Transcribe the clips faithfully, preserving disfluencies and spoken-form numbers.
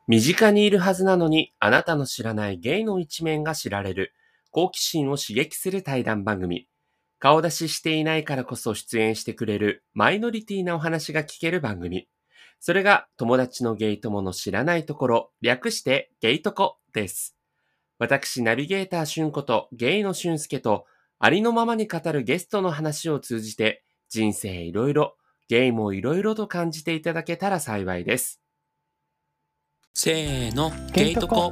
身近にいるはずなのに、あなたの知らないゲイの一面が知られる、好奇心を刺激する対談番組。顔出ししていないからこそ出演してくれるマイノリティなお話が聞ける番組。それが友達のゲイ友の知らないところ、略してゲイトコです。私、ナビゲーターしゅんことゲイのしゅんすけと、ありのままに語るゲストの話を通じて、人生いろいろ、ゲイもいろいろと感じていただけたら幸いです。せーの、ゲイトコ。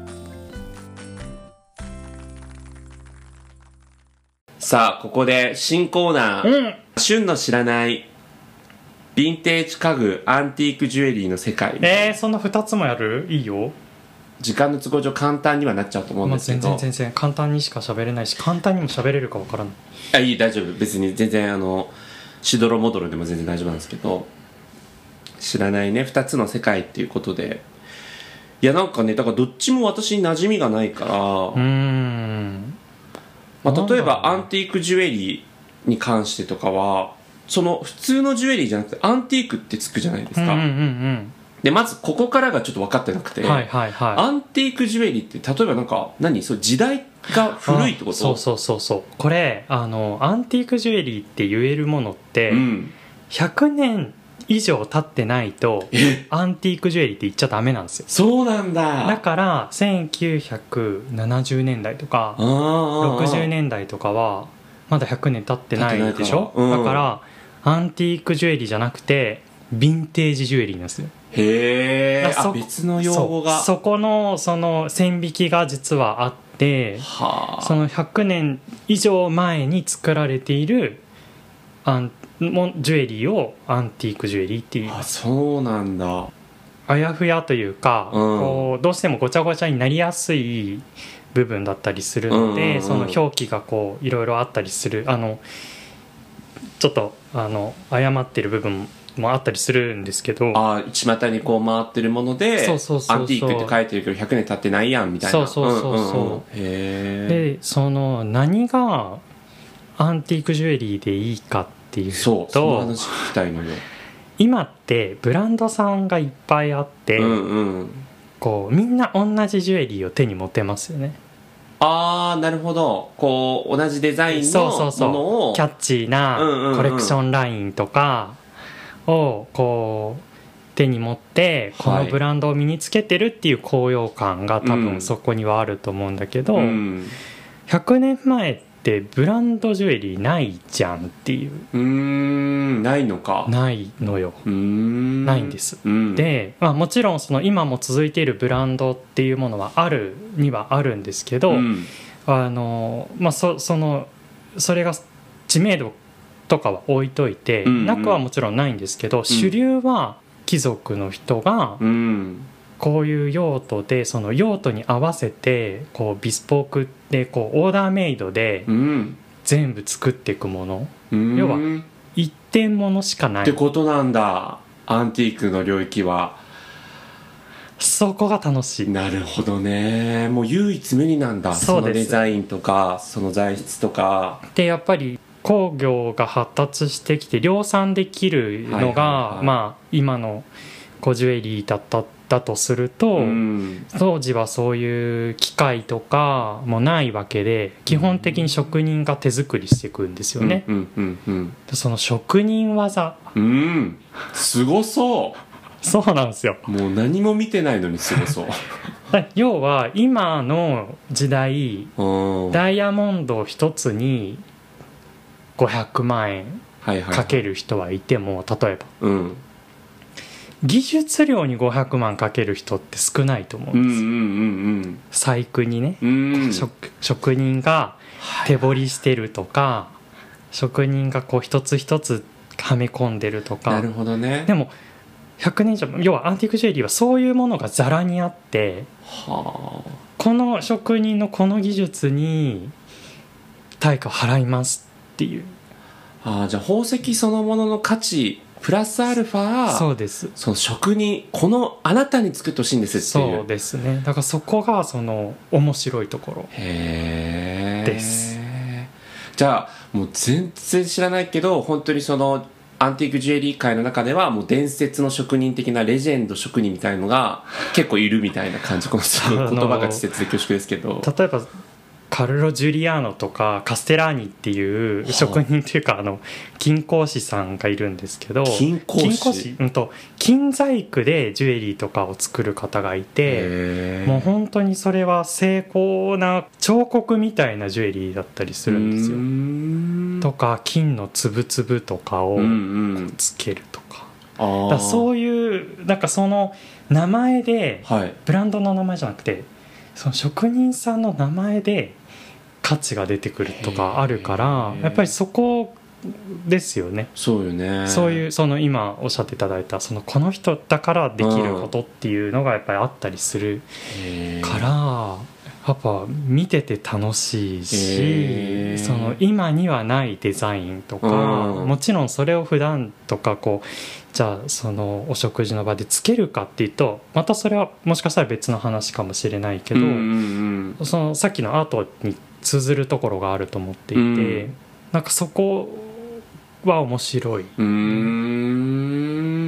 さあ、ここで新コーナー、うん、旬の知らないヴィンテージ家具アンティークジュエリーの世界。 えー、そんなふたつもやる？いいよ。 時間の都合上簡単にはなっちゃうと思うんですけど、 まあ、全然全然簡単にしか喋れないし、簡単にも喋れるかわからない。 あ、いい、大丈夫。別に全然あのしどろもどろでも全然大丈夫なんですけど、知らないねふたつの世界っていうことで、いやなんかね、だからどっちも私に馴染みがないから、うーん、 まあ、例えばアンティークジュエリーに関してとかは、その普通のジュエリーじゃなくてアンティークってつくじゃないですか。 うんうんうんうん。 でまずここからがちょっと分かってなくて、 はいはいはい、 アンティークジュエリーって例えばなんか何、そう時代が古いってこと？ そうそうそうそう。これあのアンティークジュエリーって言えるものって、うん、ひゃくねん以上経ってないとアンティークジュエリーって言っちゃダメなんですよ。 そうなんだ。 だからせんきゅうひゃくななじゅうねんだいとかろくじゅうねんだいとかはまだひゃくねん経ってないでしょ、うん、だからアンティークジュエリーじゃなくてヴィンテージジュエリーなんですよ。 へー、あ、別の用語が。 そ, そこのその線引きが実はあって、はあ、そのひゃくねん以上前に作られているアンジュエリーをアンティークジュエリーっていう。 あ、そうなんだ。 あやふやというか、うん、こうどうしてもごちゃごちゃになりやすい部分だったりするので、うんうんうん、その表記がこういろいろあったりする、あのちょっとあの誤ってる部分もあったりするんですけど、 ああ、一股にこう回ってるもので、そうそうそうそう、アンティークって書いてるけどひゃくねん経ってないやんみたいな。 そうそうそうそう、うんうんうん、へー。でその何がアンティークジュエリーでいいかっていうと、 そう、その話聞きたいのよ。 今ってブランドさんがいっぱいあって、うんうん、こうみんな同じジュエリーを手に持てますよね。 あー、なるほど。こう同じデザインのものを、そうそうそう、 キャッチーなコレクションラインとかをこう手に持ってこのブランドを身につけてるっていう高揚感が多分そこにはあると思うんだけど、うん、ひゃくねんまえってブランドジュエリーないじゃんっていう。 うーん、ないのか。 ないのよ。 うーん、 ないんです、 うん、 で、まあ、もちろんその今も続いているブランドっていうものはあるにはあるんですけど、うん、あのまあ、そ, そのそれが知名度とかは置いといて、うんうん、なくはもちろんないんですけど、うん、主流は貴族の人がこういう用途でその用途に合わせてこうビスポークでこうオーダーメイドで全部作っていくもの、うん、要は一点ものしかないってことなんだ。アンティークの領域はそこが楽しい。 なるほどね。もう唯一無二なんだ。そのデザインとかその材質とかで、やっぱり工業が発達してきて量産できるのが、はいはいはい、まあ、今のコジュエリーだっただとすると、うん、当時はそういう機械とかもないわけで基本的に職人が手作りしていくんですよね、うんうんうんうん、その職人技、 うん、すごそうそうなんですよ。 もう何も見てないのにすごそう要は今の時代ダイヤモンド一つにごひゃくまんえんかける人はいても、例えば、うん、技術料にごひゃくまんかける人って少ないと思うんですよ、うんうんうんうん、細工にね、うん、職, 職人が手彫りしてるとか、はい、職人がこう一つ一つはめ込んでるとか。 なるほどね。 でもひゃくねん以上、要はアンティークジュエリーはそういうものがざらにあって、はあ、この職人のこの技術に対価を払いますっていう。 ああ、じゃあ宝石そのものの価値プラスアルファ、 そうです、 その職人、このあなたに作ってほしいんですっていう。 そうですね。だからそこがその面白いところへです。 じゃあもう全然知らないけど本当にそのアンティークジュエリー界の中ではもう伝説の職人的なレジェンド職人みたいのが結構いるみたいな感じ。この言葉が稚拙で恐縮ですけど、 例えばカルロ・ジュリアーノとかカステラーニっていう職人というか、あの金工師さんがいるんですけど、 金工師、 金工師、うんと、金細工でジュエリーとかを作る方がいて、もう本当にそれは精巧な彫刻みたいなジュエリーだったりするんですよ。 うんとか金の粒々とかをつけるとか、うんうん、だからそういうなんかその名前で、はい、ブランドの名前じゃなくてその職人さんの名前で価値が出てくるとかあるから、やっぱりそこですよね。 そうよね。 そういうその今おっしゃっていただいたそのこの人だからできることっていうのがやっぱりあったりするから、やっぱ見てて楽しいし、その今にはないデザインとか、もちろんそれを普段とかこうじゃあそのお食事の場でつけるかっていうとまたそれはもしかしたら別の話かもしれないけど、うんうんうん、そのさっきのアートに通ずるところがあると思っていて、うん、なんかそこは面白い。 うーん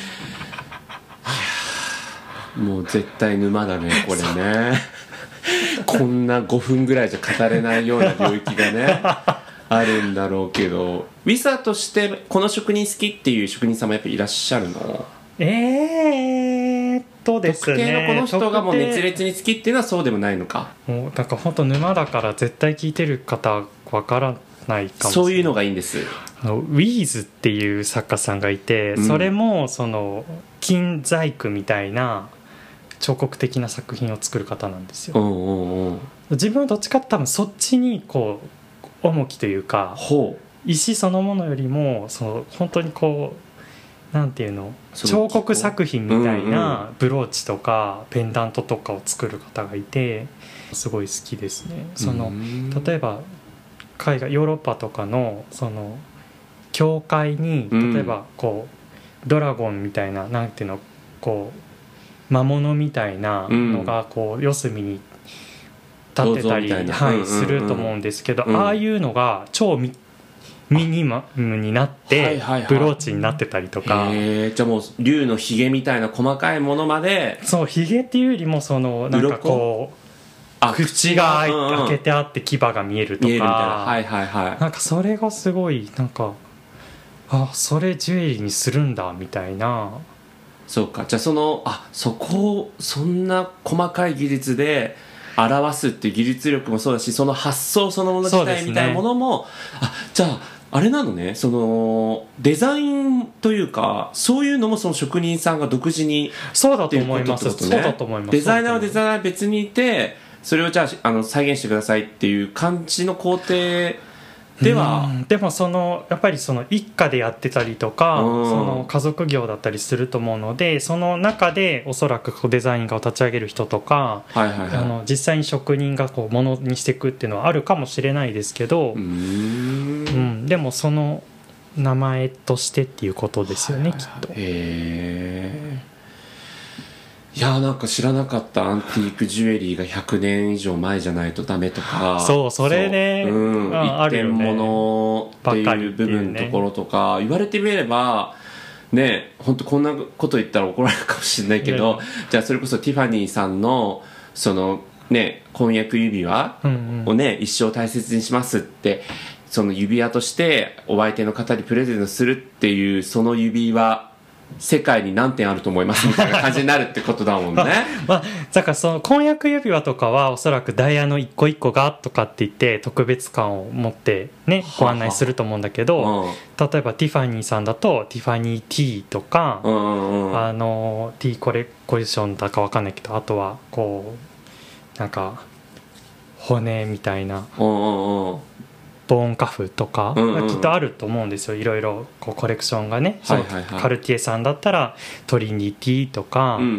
もう絶対沼だねこれねこんなごふんぐらいじゃ語れないような領域がねあるんだろうけど、ウィサとしてこの職人好きっていう職人さんもやっぱりいらっしゃるの？ えーっとですね、 特定のこの人がもう熱烈に好きっていうのはそうでもないのか。 もうなんか本当沼だから絶対聞いてる方わからないかもしれない。 そういうのがいいんです。 あのウィーズっていう作家さんがいて、うん、それもその金細工みたいな彫刻的な作品を作る方なんですよ。 うんうんうん、 自分はどっちかって多分そっちにこう重きというか、石そのものよりもその本当にこうなんていうの彫刻作品みたいなブローチとかペンダントとかを作る方がいてすごい好きですね。その例えば海外ヨーロッパとかのその教会に例えばこうドラゴンみたいななんていうのこう魔物みたいなのがこう四隅に立ってたり、はい、すると思うんですけど、ああいうのが超ミニマムになってブローチになってたりとか、 へー、じゃあもう竜のひげみたいな細かいものまで。 そうひげっていうよりもそのなんかこう口が開けてあって牙が見えるとか、見えるみたいな、はいはいはい、なんかそれがすごいなんかあそれジュエリーにするんだみたいな。 そうか、じゃあそのあそこをそんな細かい技術で表すっていう技術力もそうだし、その発想そのもの自体みたいなものも、ね、あじゃああれなのね、そのデザインというかそういうのもその職人さんが独自にそうだと思います。そうだと思います。 デザイナーはデザイナー別にいてそれをじゃあ、あの再現してくださいっていう感じの工程では、 でもそのやっぱりその一家でやってたりとか、その家族業だったりすると思うので、その中でおそらくデザイン画を立ち上げる人とか、はいはいはい、あの実際に職人がこうものにしていくっていうのはあるかもしれないですけど、うーん、うん、でもその名前としてっていうことですよね、はいはいはい、きっと。 へー、いやなんか知らなかった。アンティークジュエリーがひゃくねん以上前じゃないとダメとか、 そうそれね、 そう、うん、一点物っていう部分のところとか、言われてみればね、本当こんなこと言ったら怒られるかもしれないけど、じゃあそれこそティファニーさんのそのね婚約指輪をね、うんうん、一生大切にしますってその指輪としてお相手の方にプレゼントするっていうその指輪世界に何点あると思いますみたいな感じになるってことだもんねまあ、だからその婚約指輪とかはおそらくダイヤの一個一個がとかって言って特別感を持ってねご案内すると思うんだけど、はは、うん、例えばティファニーさんだとティファニー T とか、うんうんうん、あの T コレコレクションだか分かんないけど、あとはこうなんか骨みたいな、うんうんうん、ボーンカフとか、うんうん、きっとあると思うんですよ。いろいろこうコレクションがね、はいはいはい、カルティエさんだったらトリニティとか、うんうん、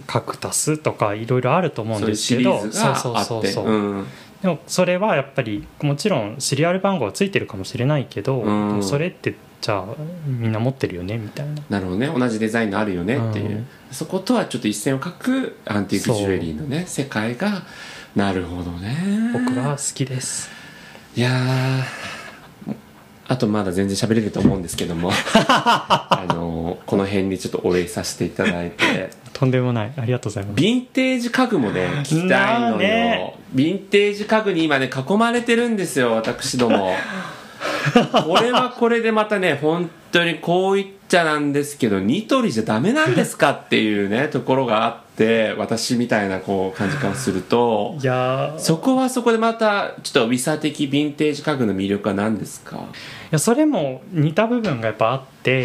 カクタスとかいろいろあると思うんですけど、 そういうシリーズがあって、そうそうそうそう、うん、 でもそれはやっぱりもちろんシリアル番号はついてるかもしれないけど、うん、でもそれってじゃあみんな持ってるよねみたいな。 なるほどね、同じデザインのあるよねっていう、うん、そことはちょっと一線を画くアンティークジュエリーのね世界が、なるほどね、 僕は好きです。 いやあとまだ全然喋れると思うんですけどもあのこの辺にちょっとお礼させていただいてとんでもない、ありがとうございます。 ヴィンテージ家具もね聞きたいのよ、ね、ヴィンテージ家具に今ね囲まれてるんですよ私どもこれはこれでまたね本当にこう言っちゃなんですけどニトリじゃダメなんですかっていうねところがあって私みたいなこう感じからするといやそこはそこでまたちょっとウィサ的ヴィンテージ家具の魅力は何ですか？ いやそれも似た部分がやっぱあって、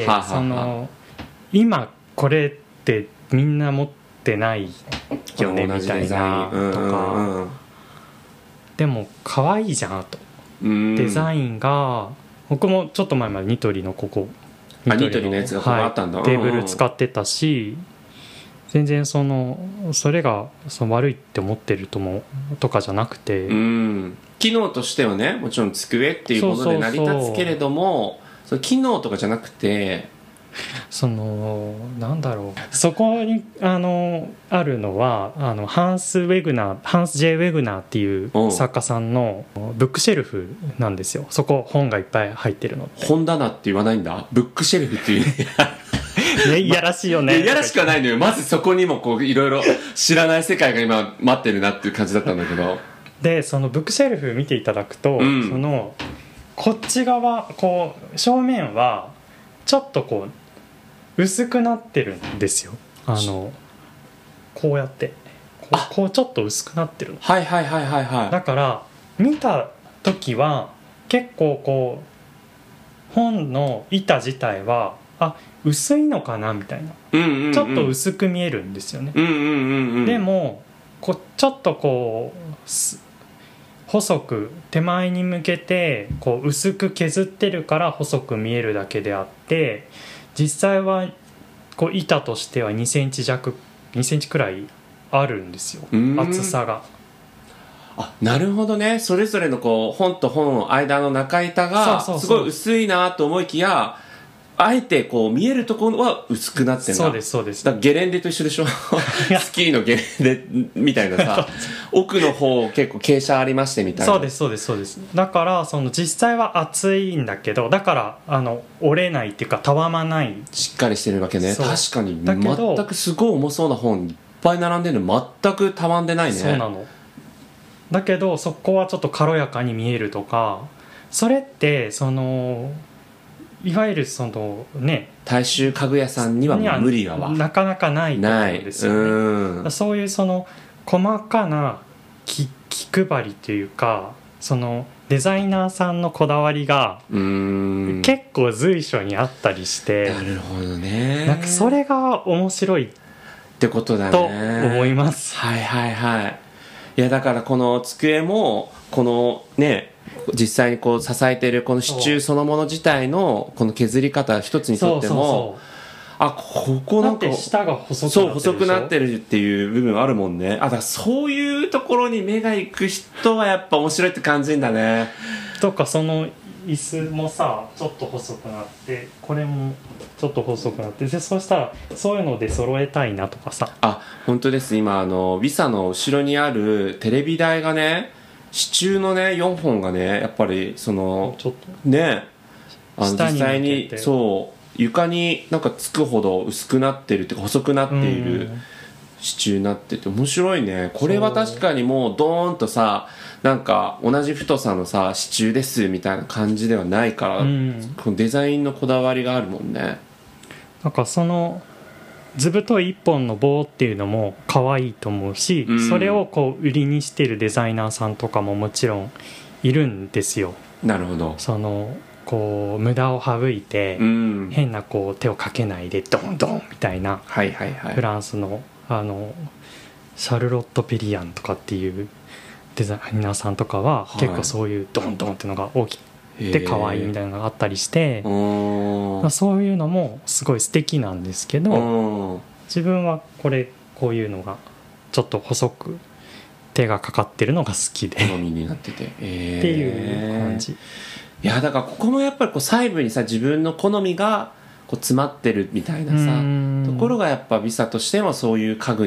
はあはあ、その今これってみんな持ってないよねみたいなとか、うんうん、でも可愛いじゃんとデザインが僕もちょっと前までニトリのここニトリ の, ニトリのやつがここあったんだ、 はい、テーブル使ってたし、全然そのそれがその悪いって思ってるともとかじゃなくて、 うん機能としてはねもちろん机っていうもので成り立つけれども、その機能とかじゃなくてそのなんだろうそこにあのあるのはあのハンス・ウェグナーハンス・ジェイ・ウェグナーっていう作家さんのブックシェルフなんですよ。そこ本がいっぱい入ってるのって。 本棚って言わないんだ、ブックシェルフっていうね、いやらしいよね。 いやらしくはないのよ。まずそこにもこういろいろ知らない世界が今待ってるなっていう感じだったんだけどでそのブックシェルフ見ていただくと、うん、そのこっち側こう正面はちょっとこう薄くなってるんですよ。あのこうやってこう、こうちょっと薄くなってるの。 はいはいはいはいはい。 だから見た時は結構こう本の板自体はあ薄いのかなみたいな、うんうんうん、ちょっと薄く見えるんですよね、 うんうんうんうん、 でもこちょっとこう細く手前に向けてこう薄く削ってるから細く見えるだけであって実際はこう板としてはにセンチ弱にセンチくらいあるんですよ、厚さが。 あ、なるほどね。それぞれのこう本と本の間の中板がすごい薄いなと思いきやあえてこう見えるところは薄くなってんだ。 そうですそうです。 だからゲレンデと一緒でしょスキーのゲレンデみたいなさ奥の方結構傾斜ありましてみたいな。 そうですそうですそうです。だからその実際は厚いんだけどだからあの折れないっていうかたわまない、 しっかりしてるわけね。確かに全くすごい重そうな本いっぱい並んでるの全くたわんでないね。 そうなの。だけどそこはちょっと軽やかに見えるとか、それってそのいわゆるそのね大衆家具屋さんには無理やわ。 なかなかないと思うんですよね。うん、そういうその細かな気配りというかそのデザイナーさんのこだわりが結構随所にあったりして、 なるほどね。 なんかそれが面白いってことだねと思います。 はいはいはい。いやだからこの机もこのね実際にこう支えているこの支柱そのもの自体のこの削り方一つにとっても、そうそうそう、あここなんかだって下が細くなってるでしょ。 そう細くなってるっていう部分あるもんね。あだからそういうところに目が行く人はやっぱ面白いって感じんだね。 とかその椅子もさちょっと細くなってこれもちょっと細くなってでそうしたらそういうので揃えたいなとかさ。 あ本当です。今あのビサの後ろにあるテレビ台がね支柱のねよんほんがねやっぱりそのちょっとねあの実際にそう床になんかつくほど薄くなってるっていうか細くなっている支柱になってて面白いね。これは確かにもうドーンとさなんか同じ太さのさ支柱ですみたいな感じではないから、うん、このデザインのこだわりがあるもんね。 なんかその図太い一本の棒っていうのも可愛いと思うし、うん、それをこう売りにしてるデザイナーさんとかももちろんいるんですよ。 なるほど。 そのこう無駄を省いて、うん、変なこう手をかけないでドンドンみたいな、 はいはいはい、 フランスのあのシャルロット・ペリアンとかっていうデザイナーさんとかは、はい、結構そういうドンドンっていうのが大きくて可愛いみたいなのがあったりして、そういうのもすごい素敵なんですけど自分はこれこういうのがちょっと細く手がかかってるのが好きで好みになってて、えー、 っていう感じ。 いやだからここもやっぱりこう細部にさ自分の好みがこう詰まってるみたいなさところがやっぱビサとしてはそういう家具に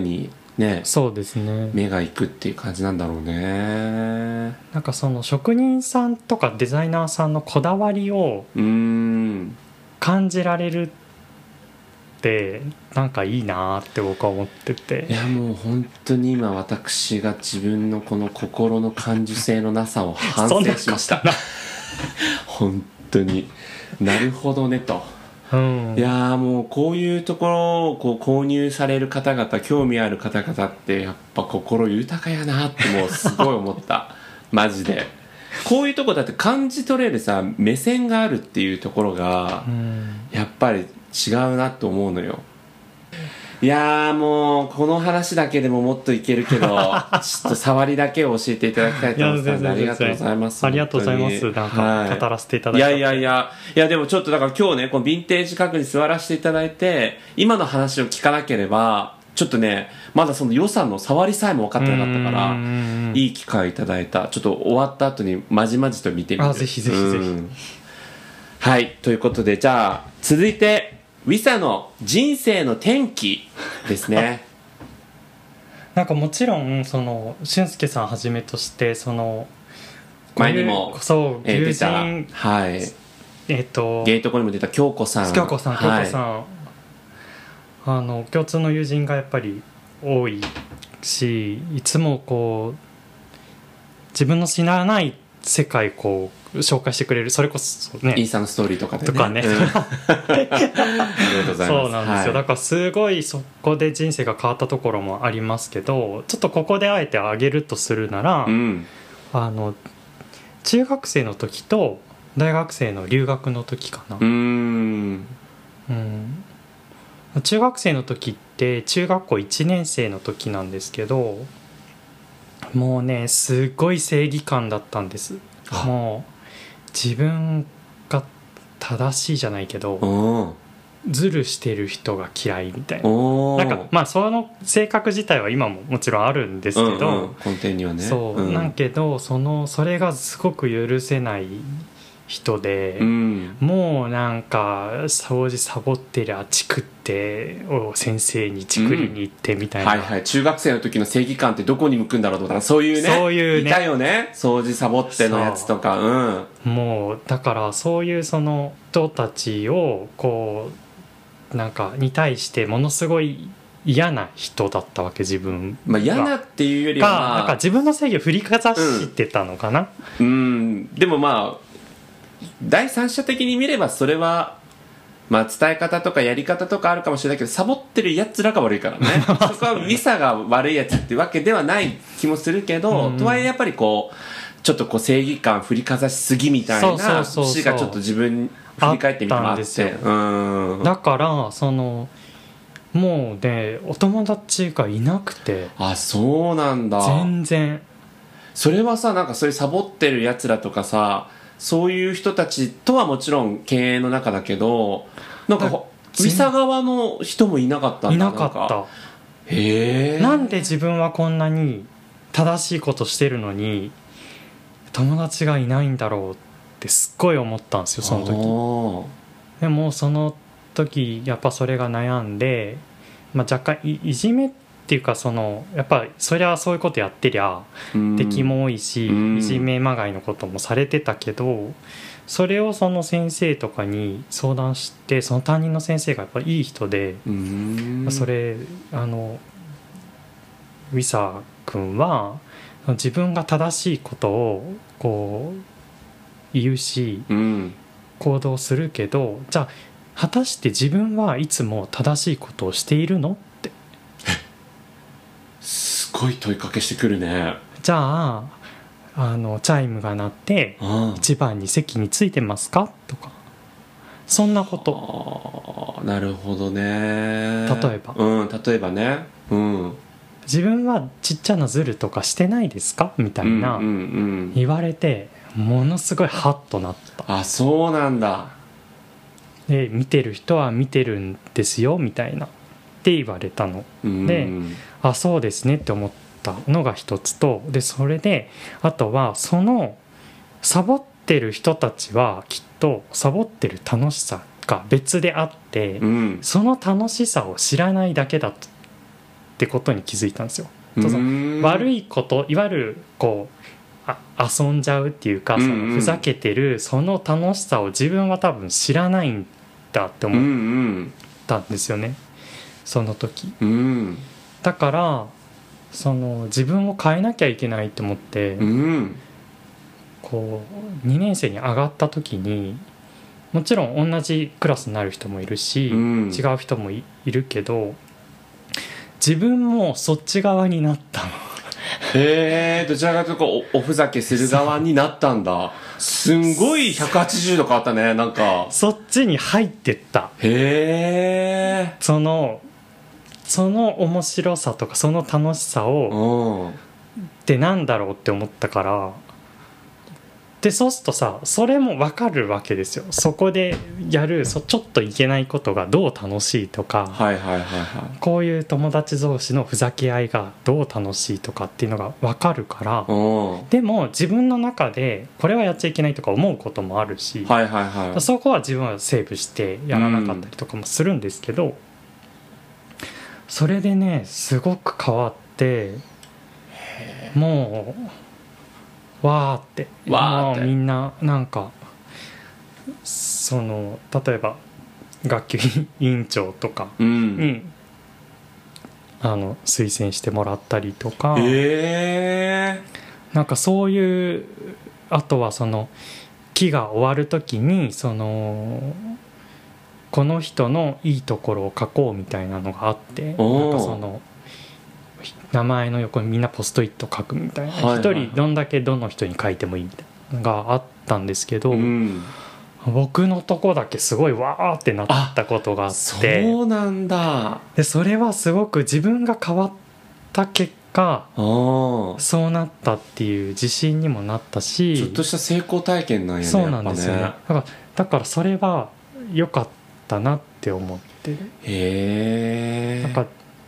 ね、 そうですね、 目がいくっていう感じなんだろうね。 なんかその職人さんとかデザイナーさんのこだわりを感じられるってなんかいいなって僕は思ってて、 いやもう本当に今私が自分のこの心の感受性のなさを反省しました本当になるほどねと、うん、いやもうこういうところをこう購入される方々、興味ある方々ってやっぱ心豊かやなってもうすごい思ったマジでこういうとこだって感じ取れるさ目線があるっていうところが、うん、やっぱり違うなと思うのよ。いやーもうこの話だけでももっといけるけどちょっと触りだけを教えていただきたいと思ってたんでありがとうございます。 ありがとうございます。なんか語らせていただいて、 はい、いやいやいやいやでもちょっとだから今日ねこのヴィンテージ家具に座らせていただいて今の話を聞かなければちょっとねまだその予算の触りさえも分かってなかったからいい機会いただいた。ちょっと終わった後にまじまじと見てみる。 あぜひぜひぜひ。 はいということでじゃあ続いてウィサの人生の転機ですねなんかもちろんその俊介さんはじめとしてその前にもそう友人、えー、はいえー、とゲートコにも出た京子さん京子さん京子さん、はい、あの共通の友人がやっぱり多いしいつもこう自分の知らない世界こう紹介してくれるそれこそねインスタのストーリーとかでねとかね、うん、ありがとうございます。 そうなんですよ、はい、だからすごいそこで人生が変わったところもありますけどちょっとここであえてあげるとするなら、うん、あの中学生の時と大学生の留学の時かな。うーん、うん、中学生の時って中学校いちねん生の時なんですけどもうねすごい正義感だったんです。もう自分が正しいじゃないけどズルしてる人が嫌いみたいな、なんかまあその性格自体は今ももちろんあるんですけど、うんうん、 根底にはねそう、うん、なんけどそのそれがすごく許せない人で、うん、もうなんか掃除サボってりゃチクってを先生にチクりに行ってみたいな、 うん、はいはい、中学生の時の正義感ってどこに向くんだろうとかそういうね、 そういうねいたよね掃除サボってのやつとか、 うん、もうだからそういうその人たちをこうなんかに対してものすごい嫌な人だったわけ自分まあ嫌なっていうよりは、まあ、 なんか自分の正義を振りかざしてたのかな、 うん、うん、でもまあ第三者的に見ればそれはまあ伝え方とかやり方とかあるかもしれないけどサボってるやつらが悪いからねそこはミサが悪いやつってわけではない気もするけど、うん、とはいえやっぱりこうちょっとこう正義感振りかざしすぎみたいな節がちょっと自分振り返ってみてもあって、 うん、だからそのもうねお友達がいなくて。 あそうなんだ。 全然それはさなんかそういうサボってるやつらとかさそういう人たちとはもちろん経営の中だけどなんかウィサ側の人もいなかったんだ。 いなかった。へえ。なんで自分はこんなに正しいことしてるのに友達がいないんだろうってすっごい思ったんですよその時。でもその時やっぱそれが悩んで、まあ、若干 い, いじめっていうかそのやっぱそりゃそういうことやってりゃ敵も多いしいじめまがいのこともされてたけどそれをその先生とかに相談してその担任の先生がやっぱりいい人でそれあのウィサ君は自分が正しいことをこう言うし行動するけどじゃあ果たして自分はいつも正しいことをしているのってすごい問いかけしてくるね。 じゃあ、あのチャイムが鳴って一番に席についてますかとかそんなこと。 あなるほどね。 例えば、 うん、例えばね、うん、 自分はちっちゃなズルとかしてないですかみたいな言われてものすごいハッとなった。 あそうなんだ。 で見てる人は見てるんですよみたいなって言われたので、あそうですねって思ったのが一つとでそれであとはそのサボってる人たちはきっとサボってる楽しさが別であって、うん、その楽しさを知らないだけだっってことに気づいたんですよ。その悪いこといわゆるこうあ遊んじゃうっていうか、そのふざけてるその楽しさを自分は多分知らないんだって思ったんですよね、その時。だからその自分を変えなきゃいけないと思って、こうにねん生に上がった時にもちろん同じクラスになる人もいるし、違う人も い, いるけど自分もそっち側になったの。 へえ、どちらかというと お, おふざけする側になったんだ。すんごいひゃくはちじゅうど変わったね。なんかそっちに入ってった。 へえ。 そのその面白さとかその楽しさをってなんだろうって思ったから。でそうするとさ、それも分かるわけですよ。そこでやるそちょっといけないことがどう楽しいとか、 はいはいはいはい、 こういう友達同士のふざけ合いがどう楽しいとかっていうのが分かるから。でも自分の中でこれはやっちゃいけないとか思うこともあるし、 はいはいはい、 そこは自分はセーブしてやらなかったりとかもするんですけど、うん、それでねすごく変わって、もうわーってわーってみんななんかその例えば学級委員長とかに、うん、あの推薦してもらったりとか、 へー、 なんかそういう、あとはその期が終わる時にそのこの人のいいところを書こうみたいなのがあって、なんかその名前の横にみんなポストイット書くみたいな、一、はいはい、人どんだけどの人に書いてもいいみたいなのがあったんですけど、うん、僕のとこだけすごいわーってなったことがあって、 そうなんだ。 でそれはすごく自分が変わった結果そうなったっていう自信にもなったし、 ちょっとした成功体験なんやね。 そうなんですよね。だからだからそれは良かったなって思ってる。 へー。 なんか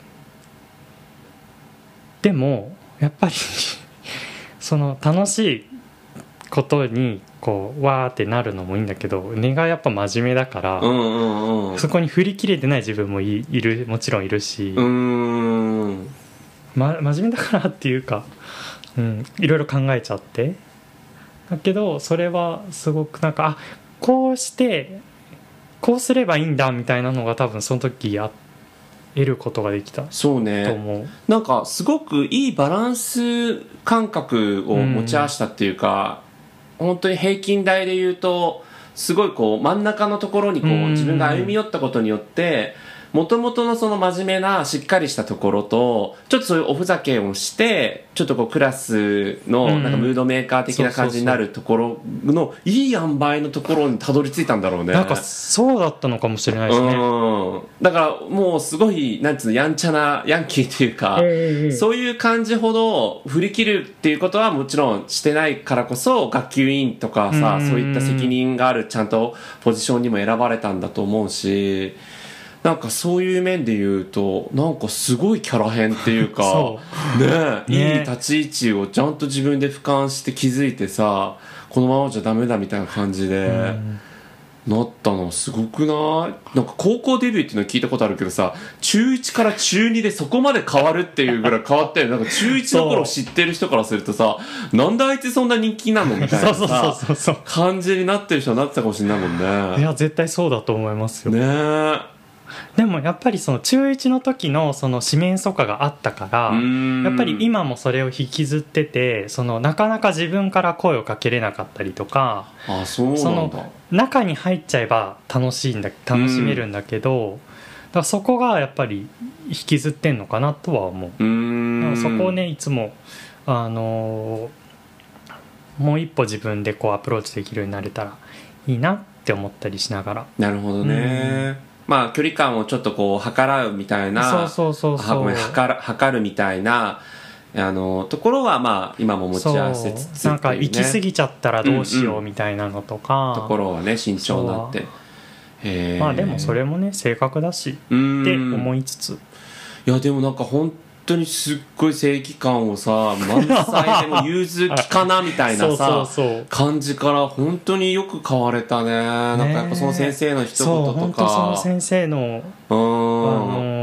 でもやっぱりその楽しいことにこうわーってなるのもいいんだけど、根がやっぱ真面目だから、うんうんうん、そこに振り切れてない自分も い, いるもちろんいるし、うーん、ま、真面目だからっていうか、うん、いろいろ考えちゃって、だけどそれはすごくなんかあこうしてこうすればいいんだみたいなのが多分その時あって得ることができた。 そうね、と思う。なんかすごくいいバランス感覚を持ち合わせたっていうか、うん、本当に平均台で言うとすごいこう真ん中のところにこう自分が歩み寄ったことによってもともとのその真面目なしっかりしたところとちょっとそういうおふざけをしてちょっとこうクラスのなんかムードメーカー的な感じになるところのいい塩梅のところにたどり着いたんだろうね。 なんかそうだったのかもしれないですね。 うん、だからもうすごいなんつうのやんちゃなヤンキーっていうか、えー、そういう感じほど振り切るっていうことはもちろんしてないからこそ学級委員とかさ、そういった責任があるちゃんとポジションにも選ばれたんだと思うし、なんかそういう面で言うとなんかすごいキャラ変っていうかねえ、いい立ち位置をちゃんと自分で俯瞰して気づいてさ、このままじゃダメだみたいな感じでなったのすごくない？なんか高校デビューっていうの聞いたことあるけどさ、中いちから中にでそこまで変わるっていうぐらい変わったよ。なんか中いちの頃知ってる人からするとさ、なんであいつそんな人気なのみたいなさ感じになってる人はなってたかもしれないもんね。 いや絶対そうだと思いますよねえ。 でもやっぱりその中いちの時のその四面楚歌があったから、やっぱり今もそれを引きずってて、そのなかなか自分から声をかけれなかったりとか、 あ、そうなんだ。 その中に入っちゃえば楽しいんだ楽しめるんだけど、だからそこがやっぱり引きずってんのかなとは思う。うーん、そこをねいつもあのー、もう一歩自分でこうアプローチできるようになれたらいいなって思ったりしながら。 なるほどね。まあ距離感をちょっとこう計らうみたいな、 そうそうそうそう、 ごめん、測る、測るみたいなあのところはまあ今も持ち合わせつつっていう、ね、 なんか行き過ぎちゃったらどうしようみたいなのとか、 うんうん、ところはね慎重になって、 へまあでもそれもね性格だしって思いつつ、 いやでもなんか本当にすっごい正義感をさ満載でも融通きかなみたいなさそうそうそう感じから本当によく変われたね。なんかやっぱその先生の一言とか、 そう本当その先生の、あの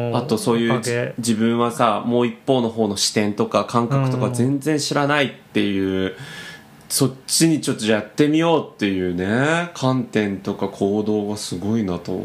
あとそういう自分はさもう一方の方の視点とか感覚とか全然知らないっていう、そっちにちょっとやってみようっていうね観点とか行動がすごいなと思って、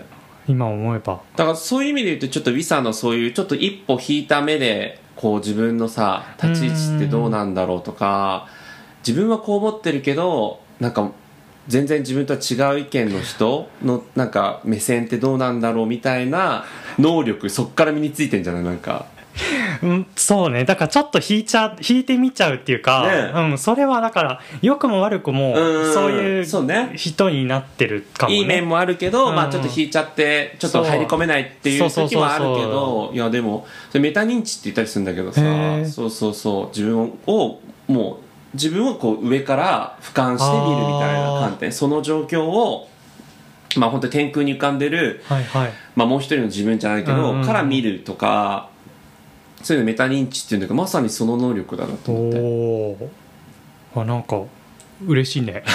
今思えばだからそういう意味で言うとちょっとウィサのそういうちょっと一歩引いた目でこう自分のさ立ち位置ってどうなんだろうとか、自分はこう思ってるけどなんか全然自分とは違う意見の人のなんか目線ってどうなんだろうみたいな能力そっから身についてんじゃない？なんかうん、そうね。だからちょっと引いちゃ引いてみちゃうっていうか、ね、うん、それはだから良くも悪くもそういう人になってるかもね。 いい面もあるけど、うん、まあちょっと引いちゃってちょっと入り込めないっていう時もあるけど、いやでもそれメタ認知って言ったりするんだけどさ、そうそうそう自分をもう自分をこう上から俯瞰して見るみたいな観点、その状況をまあ本当に天空に浮かんでる、 はいはい、 まあもう一人の自分じゃないけど、うんうん、から見るとか。そういうのメタ認知っていうんだけどまさにその能力だなと思って。 おあなんか嬉しいね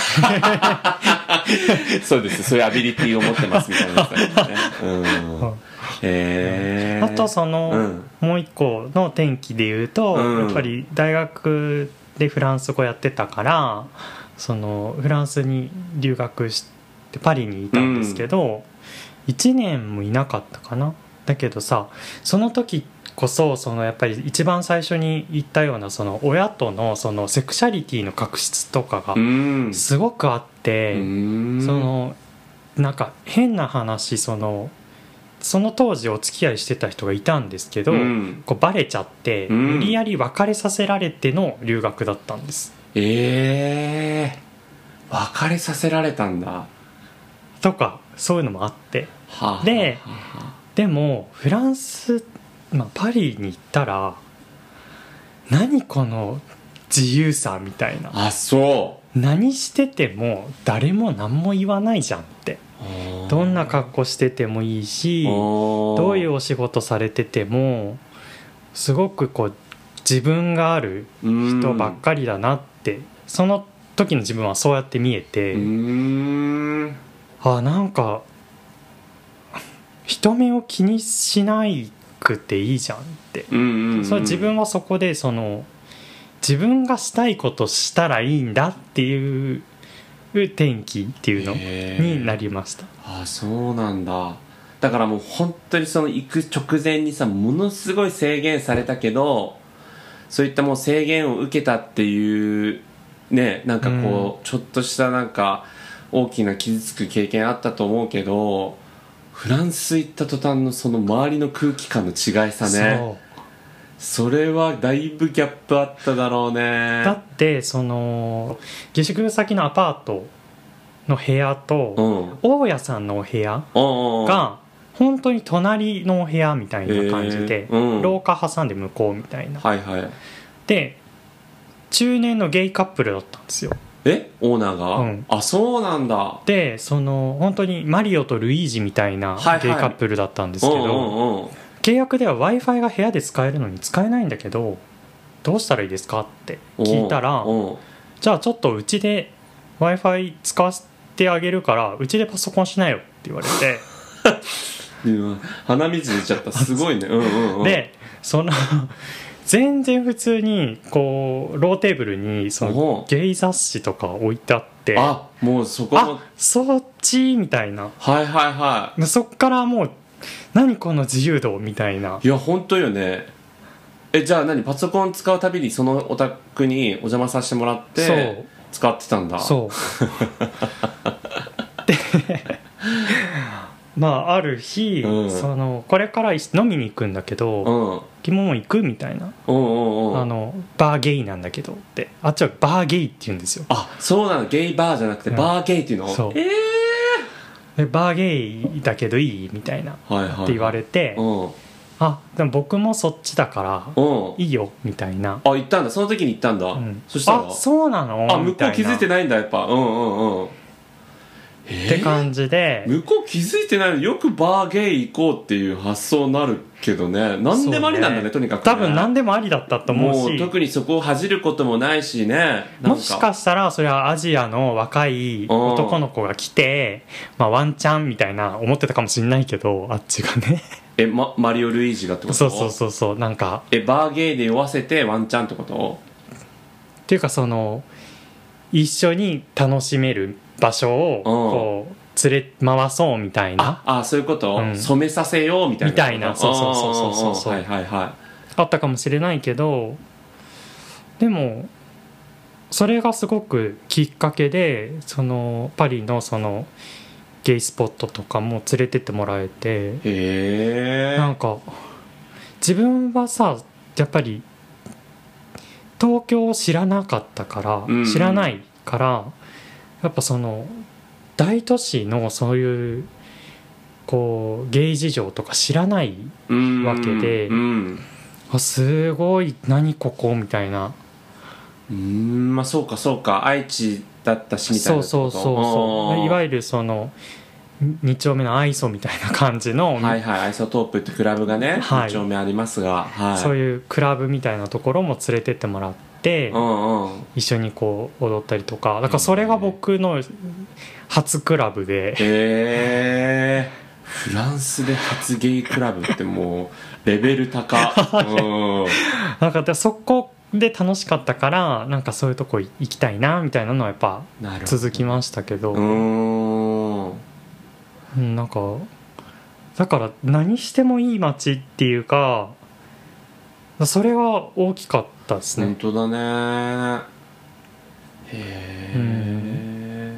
そうですそういうアビリティを持ってますみたいなやつだけどね、うんへあとその、うん、もう一個の転機で言うと、うん、やっぱり大学でフランス語やってたからそのフランスに留学してパリにいたんですけど、うん、いちねんもいなかったかな。だけどさその時こそそのやっぱり一番最初に言ったようなその親とのそのセクシャリティの確執とかがすごくあって、そのなんか変な話そのその当時お付き合いしてた人がいたんですけど、こうバレちゃって無理やり別れさせられての留学だったんです。 えー、別れさせられたんだとかそういうのもあって、 はあ、 で、 はあはあ、 でもフランスまあ、パリに行ったら何この自由さみたいな。 あそう何してても誰も何も言わないじゃんって。どんな格好しててもいいしどういうお仕事されててもすごくこう自分がある人ばっかりだなってその時の自分はそうやって見えて、 うーんあなんか人目を気にしないくていいじゃんって、 うんうんうん、 それ自分はそこでその自分がしたいことしたらいいんだっていう転機っていうのになりました。 あそうなんだ。だからもう本当にその行く直前にさものすごい制限されたけどそういったもう制限を受けたっていうねなんかこう、うん、ちょっとしたなんか大きな傷つく経験あったと思うけどフランス行った途端のその周りの空気感の違いさね そ, それはだいぶギャップあっただろうね。 だってその下宿先のアパートの部屋と、うん、大家さんのお部屋が本当に隣のお部屋みたいな感じで、えーうん、廊下挟んで向こうみたいな、 はいはい、 で中年のゲイカップルだったんですよ。 えオーナーが、 うん、 あそうなんだ。 でその本当にマリオとルイージみたいなゲイカップルだったんですけど、はいはい、うんうんうん、契約では Wi-Fi が部屋で使えるのに使えないんだけどどうしたらいいですかって聞いたら、じゃあちょっとうちで Wi-Fi 使わせてあげるからうちでパソコンしなよって言われて鼻水出ちゃったすごいね、うんうんうん、 でその全然普通にこうローテーブルにそのゲイ雑誌とか置いてあって、 あもうそこもあそっちみたいな、 はいはいはい、 そっからもう何この自由度みたいな。 いや本当よね。えじゃあ何パソコン使うたびにそのお宅にお邪魔させてもらって使ってたんだ。 そうでまあある日、うん、そのこれから飲みに行くんだけど、うん、君も行くみたいな、 うんうんうん、 あのバーゲイなんだけどってあっちはバーゲイって言うんですよ。 あそうなのゲイバーじゃなくてバーゲイっていうの、うん、 そう、えー、でバーゲイだけどいいみたいな、はいはいはい、って言われて、うん、あでも僕もそっちだからいいよみたいな。 あ行ったんだその時に行ったんだ、うん、そしたらあそうなのあ向こう気づいてないんだやっぱうんうんうんって感じで、 向こう気づいてないのよくバーゲイ行こうっていう発想になるけどね。何でもありなんだ ね, ねとにかく、ね、 多分何でもありだったと思うし、 もう特にそこを恥じることもないしね。 もしかしたらそれはアジアの若い男の子が来て、まあ、ワンチャンみたいな思ってたかもしれないけどあっちがねえ、ま、マリオ・ルイージがってこと？ そうそうそうそう、なんかえバーゲーで酔わせてワンチャンってこと？ っていうかその一緒に楽しめる場所をこう連れ回そうみたいな、 ああそういうこと、うん、染めさせようみたいなみたいな、そうそうそうそうそうそう、 はいはいはい、 あったかもしれないけど、でもそれがすごくきっかけでそのパリのそのゲイスポットとかも連れてってもらえて、 へー、 なんか自分はさやっぱり東京を知らなかったから、うん、知らないからやっぱその大都市のそういうこうゲイ事情とか知らないわけで、 うん、 あすごい何ここみたいな、 うーん、まあそうかそうか、愛知だったしみたいなこと。 そうそうそうそう、いわゆるそのに丁目のアイソみたいな感じの、 はいはい、アイソトープってクラブがね、はい、に丁目ありますが、はい、 そういうクラブみたいなところも連れてってもらって、うんうん、一緒にこう踊ったりとか、だからそれが僕の初クラブで、 へー、フランスで初ゲイクラブってもうレベル高うんなんかそこで楽しかったからなんかそういうとこ行きたいなみたいなのはやっぱ続きましたけど、 うーん、なんかだから何してもいい街っていうかそれは大きかったですね。 本当だね。へー、うん、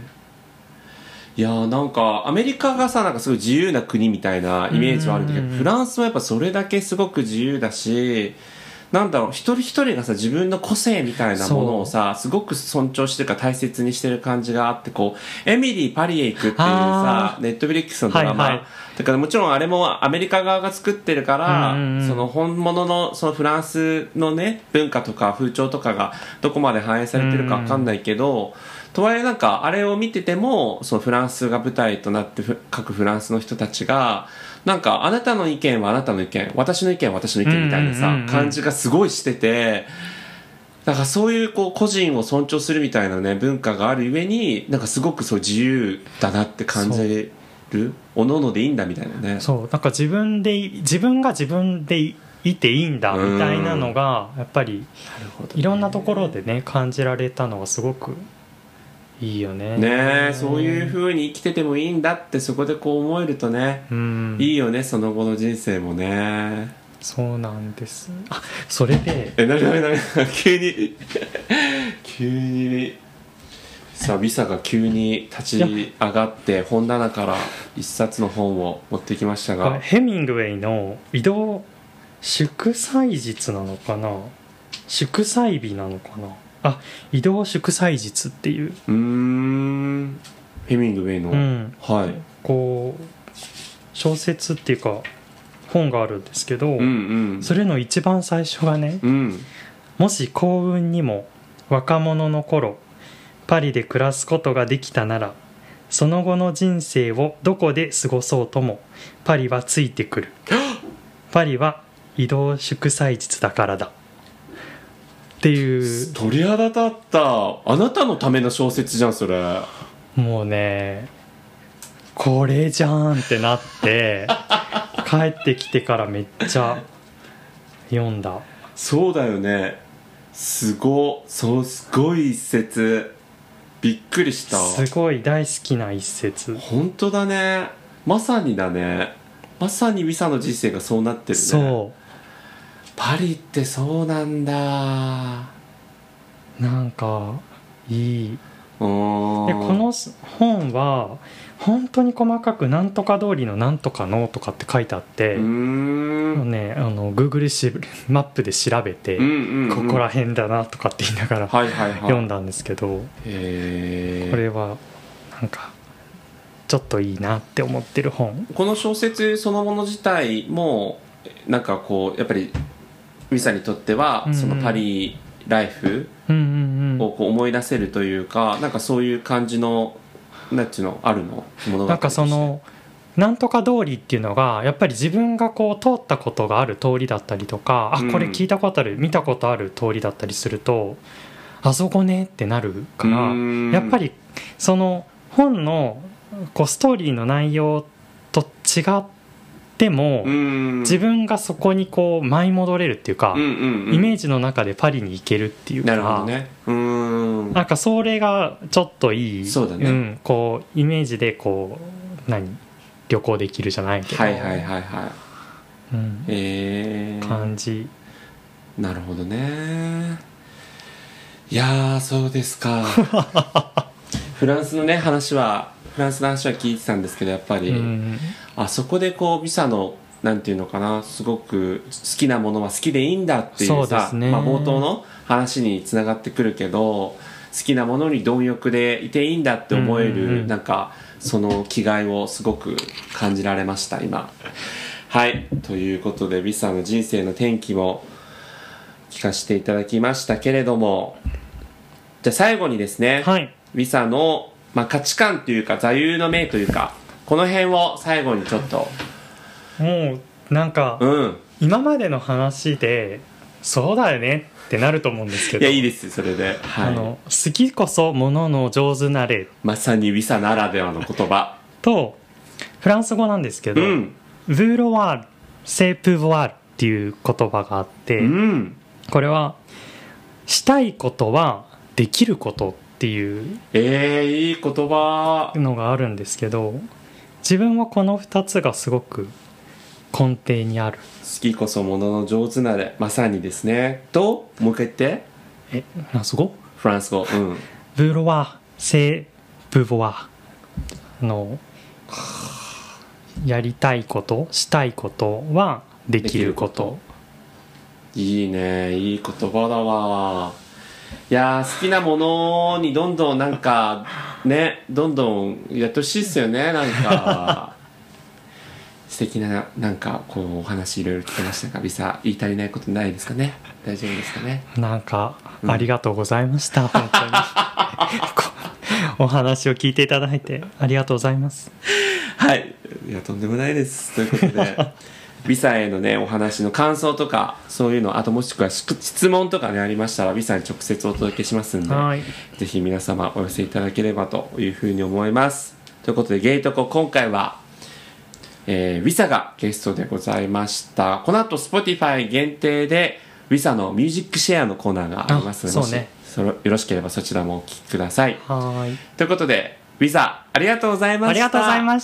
いやなんかアメリカがさなんかすごい自由な国みたいなイメージはあるんだけど、フランスはやっぱそれだけすごく自由だし、なんだろう、一人一人がさ自分の個性みたいなものをさすごく尊重してるか大切にしてる感じがあって、こうエミリー・パリへ行くっていうさネットフリックスのドラマ、はいはい、だからもちろんあれもアメリカ側が作ってるから、うんうん、その本物のそのフランスのね文化とか風潮とかがどこまで反映されてるか分かんないけど、うん、とはいえなんかあれを見ててもそのフランスが舞台となって各フランスの人たちがなんかあなたの意見はあなたの意見、私の意見は私の意見みたいなさ、うんうんうんうん、感じがすごいしてて、だからそういうこう個人を尊重するみたいなね文化があるゆえになんかすごくそう自由だなって感じる、おのおのでいいんだみたいなね。 そうなんか自分で自分が自分でいていいんだみたいなのがやっぱりいろんなところでね感じられたのがすごくいいよね。 ねえ、そういう風に生きててもいいんだってそこでこう思えるとね、うん、いいよね、その後の人生もね。 そうなんです。あ、それでえ、なになになに急に急にさあビサが急に立ち上がって本棚から一冊の本を持ってきましたが、 ヘミングウェイの移動祝祭日なのかな、祝祭日なのかな、あ、移動祝祭日っていう、 うーん、ヘミングウェイの、うん、はい、 こう小説っていうか本があるんですけど、うんうん、それの一番最初がね、うん、もし幸運にも若者の頃パリで暮らすことができたならその後の人生をどこで過ごそうともパリはついてくるパリは移動祝祭日だからだっていう鳥肌立った。あなたのための小説じゃんそれ。 もうねこれじゃんってなって帰ってきてからめっちゃ読んだ。 そうだよね、すごそう、すごい一節、びっくりした。 すごい大好きな一節。 本当だね、まさにだね、まさにミサの人生がそうなってるね。そう、パリってそうなんだ。 なんかいい。でこの本は本当に細かくなんとか通りのなんとかのとかって書いてあって、うーん、ね、あの Google しマップで調べて、うんうんうん、ここら辺だなとかって言いながら、はいはいはい、読んだんですけど、へー、これはなんかちょっといいなって思ってる本。 この小説そのもの自体もなんかこうやっぱりミサにとってはそのパリライフをこう思い出せるというか、なんかそういう感じのなんていうのあるの物語。 なんかそのなんとか通りっていうのがやっぱり自分がこう通ったことがある通りだったりとか、あ、これ聞いたことある、見たことある通りだったりするとあそこねってなるから、やっぱりその本のこうストーリーの内容と違っっても自分がそこにこう舞い戻れるっていうか、 うんうんうん、 イメージの中でパリに行けるっていうか、 なるほどね、うーん、 なんかそれがちょっといい、 そうだね、 うん、こうイメージでこう何旅行できるじゃないけど、 はいはいはいはい、 うん、 えー、 感じ。 なるほどね。いやーそうですかフランスのね話はフランスの話は聞いてたんですけど、やっぱり、うん、あそこでこうビサのなんていうのかな、すごく好きなものは好きでいいんだっていうさ、まあ、冒頭の話につながってくるけど、好きなものに貪欲でいていいんだって思える、うんうん、なんかその気概をすごく感じられました今。はい、ということでビサの人生の転機も聞かせていただきましたけれども、じゃあ最後にですね、 はい、 ビサの、まあ、価値観というか座右の銘というか、この辺を最後にちょっと。 もうなんか、うん、今までの話でそうだよねってなると思うんですけど、 いやいいですそれで、はい、 あの好きこそものの上手なれ、 まさにビサならではの言葉とフランス語なんですけど、うん、ヴーロワールセープヴォワールっていう言葉があって、うん、これはしたいことはできることっていうえー、いい言葉のがあるんですけど、自分はこのふたつがすごく根底にある。 好きこそものの上手なれ、まさにですね。ともう一回言って。 え、フランス語？ フランス語、うん。 ヴーロワーセープヴォワーのやりたいことしたいことはできること。 いいね、いい言葉だわ。いや好きなものにどんどんなんかね、どんどんやってほしいっすよね。なんか素敵ななんかこうお話いろいろ聞けましたが、ビサ言い足りないことないですかね。大丈夫ですかね。 なんか、うん、ありがとうございました。本当にお話を聞いていただいてありがとうございます。 はい、いやとんでもないです。ということでビサへのねお話の感想とかそういうの、あともしくは質問とかねありましたらビサに直接お届けしますんで、はい、ぜひ皆様お寄せいただければというふうに思います。ということでゲイトコ今回は、えー、ビサがゲストでございました。この後 Spotify 限定でビサのミュージックシェアのコーナーがありますので、そうね、それよろしければそちらもお聞きください。 はい、 ということでビサありがとうございました。 ありがとうございました。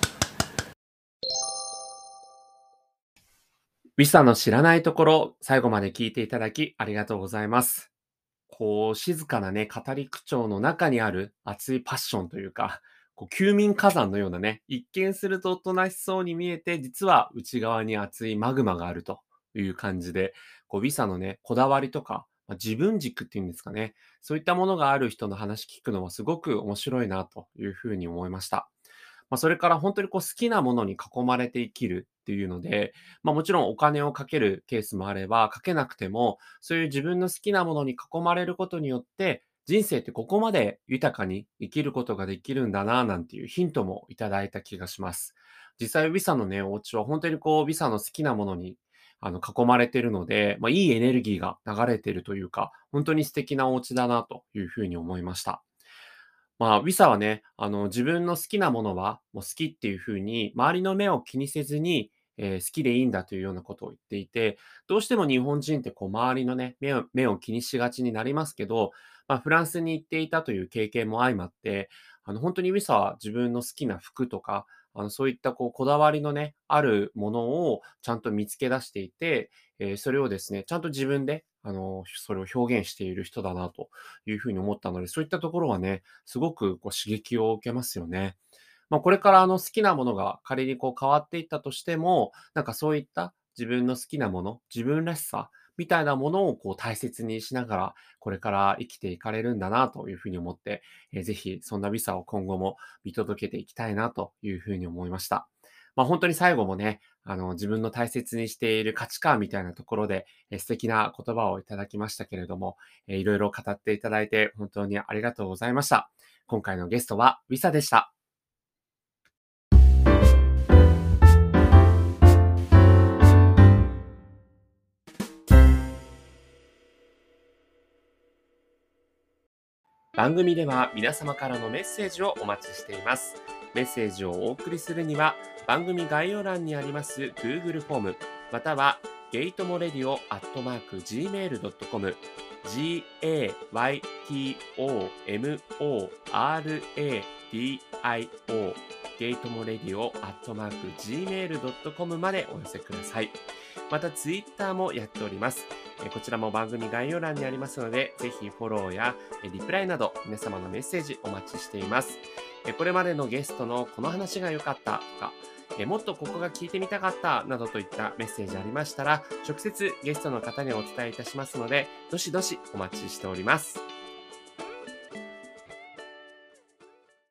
ビサの知らないところ、最後まで聞いていただきありがとうございます。こう、静かなね、語り口調の中にある熱いパッションというか、こう休眠火山のようなね、一見するとおとなしそうに見えて、実は内側に熱いマグマがあるという感じで、こう、ビサのね、こだわりとか、まあ、自分軸っていうんですかね、そういったものがある人の話聞くのはすごく面白いなというふうに思いました。まあ、それから本当にこう好きなものに囲まれて生きるっていうので、まあ、もちろんお金をかけるケースもあれば、かけなくても、そういう自分の好きなものに囲まれることによって、人生ってここまで豊かに生きることができるんだな、なんていうヒントもいただいた気がします。実際、ビサのね、お家は本当にこう、ビサの好きなものにあの囲まれているので、まあ、いいエネルギーが流れているというか、本当に素敵なお家だなというふうに思いました。まあ、ウィサはね、あの、自分の好きなものはもう好きっていう風に、周りの目を気にせずに、えー好きでいいんだというようなことを言っていて、どうしても日本人ってこう、周りのね、目を、目を気にしがちになりますけど、まあ、フランスに行っていたという経験も相まって、あの、本当にウィサは自分の好きな服とか、あの、そういったこう、こだわりのね、あるものをちゃんと見つけ出していて、えーそれをですね、ちゃんと自分で、あの、それを表現している人だなというふうに思ったので、そういったところはね、すごくこう刺激を受けますよね。まあ、これからあの好きなものが仮にこう変わっていったとしても、なんかそういった自分の好きなもの、自分らしさみたいなものをこう大切にしながら、これから生きていかれるんだなというふうに思って、えーぜひそんなビサを今後も見届けていきたいなというふうに思いました。まあ、本当に最後もね、あの、自分の大切にしている価値観みたいなところで、えー素敵な言葉をいただきましたけれども、えーいろいろ語っていただいて本当にありがとうございました。今回のゲストはウィサでした。番組では皆様からのメッセージをお待ちしています。メッセージをお送りするには、 番組概要欄にあります Google フォーム、またはゲイトモレディオアットマーク ジーメールドットコム、ゲイトモレディオ、ゲイトモレディオアットマーク ジーメールドットコム までお寄せください。また Twitter もやっております。こちらも番組概要欄にありますので、ぜひフォローやリプライなど皆様のメッセージお待ちしています。これまでのゲストのこの話が良かったとか、もっとここが聞いてみたかったなどといったメッセージありましたら、直接ゲストの方にお伝えいたしますので、どしどしお待ちしております。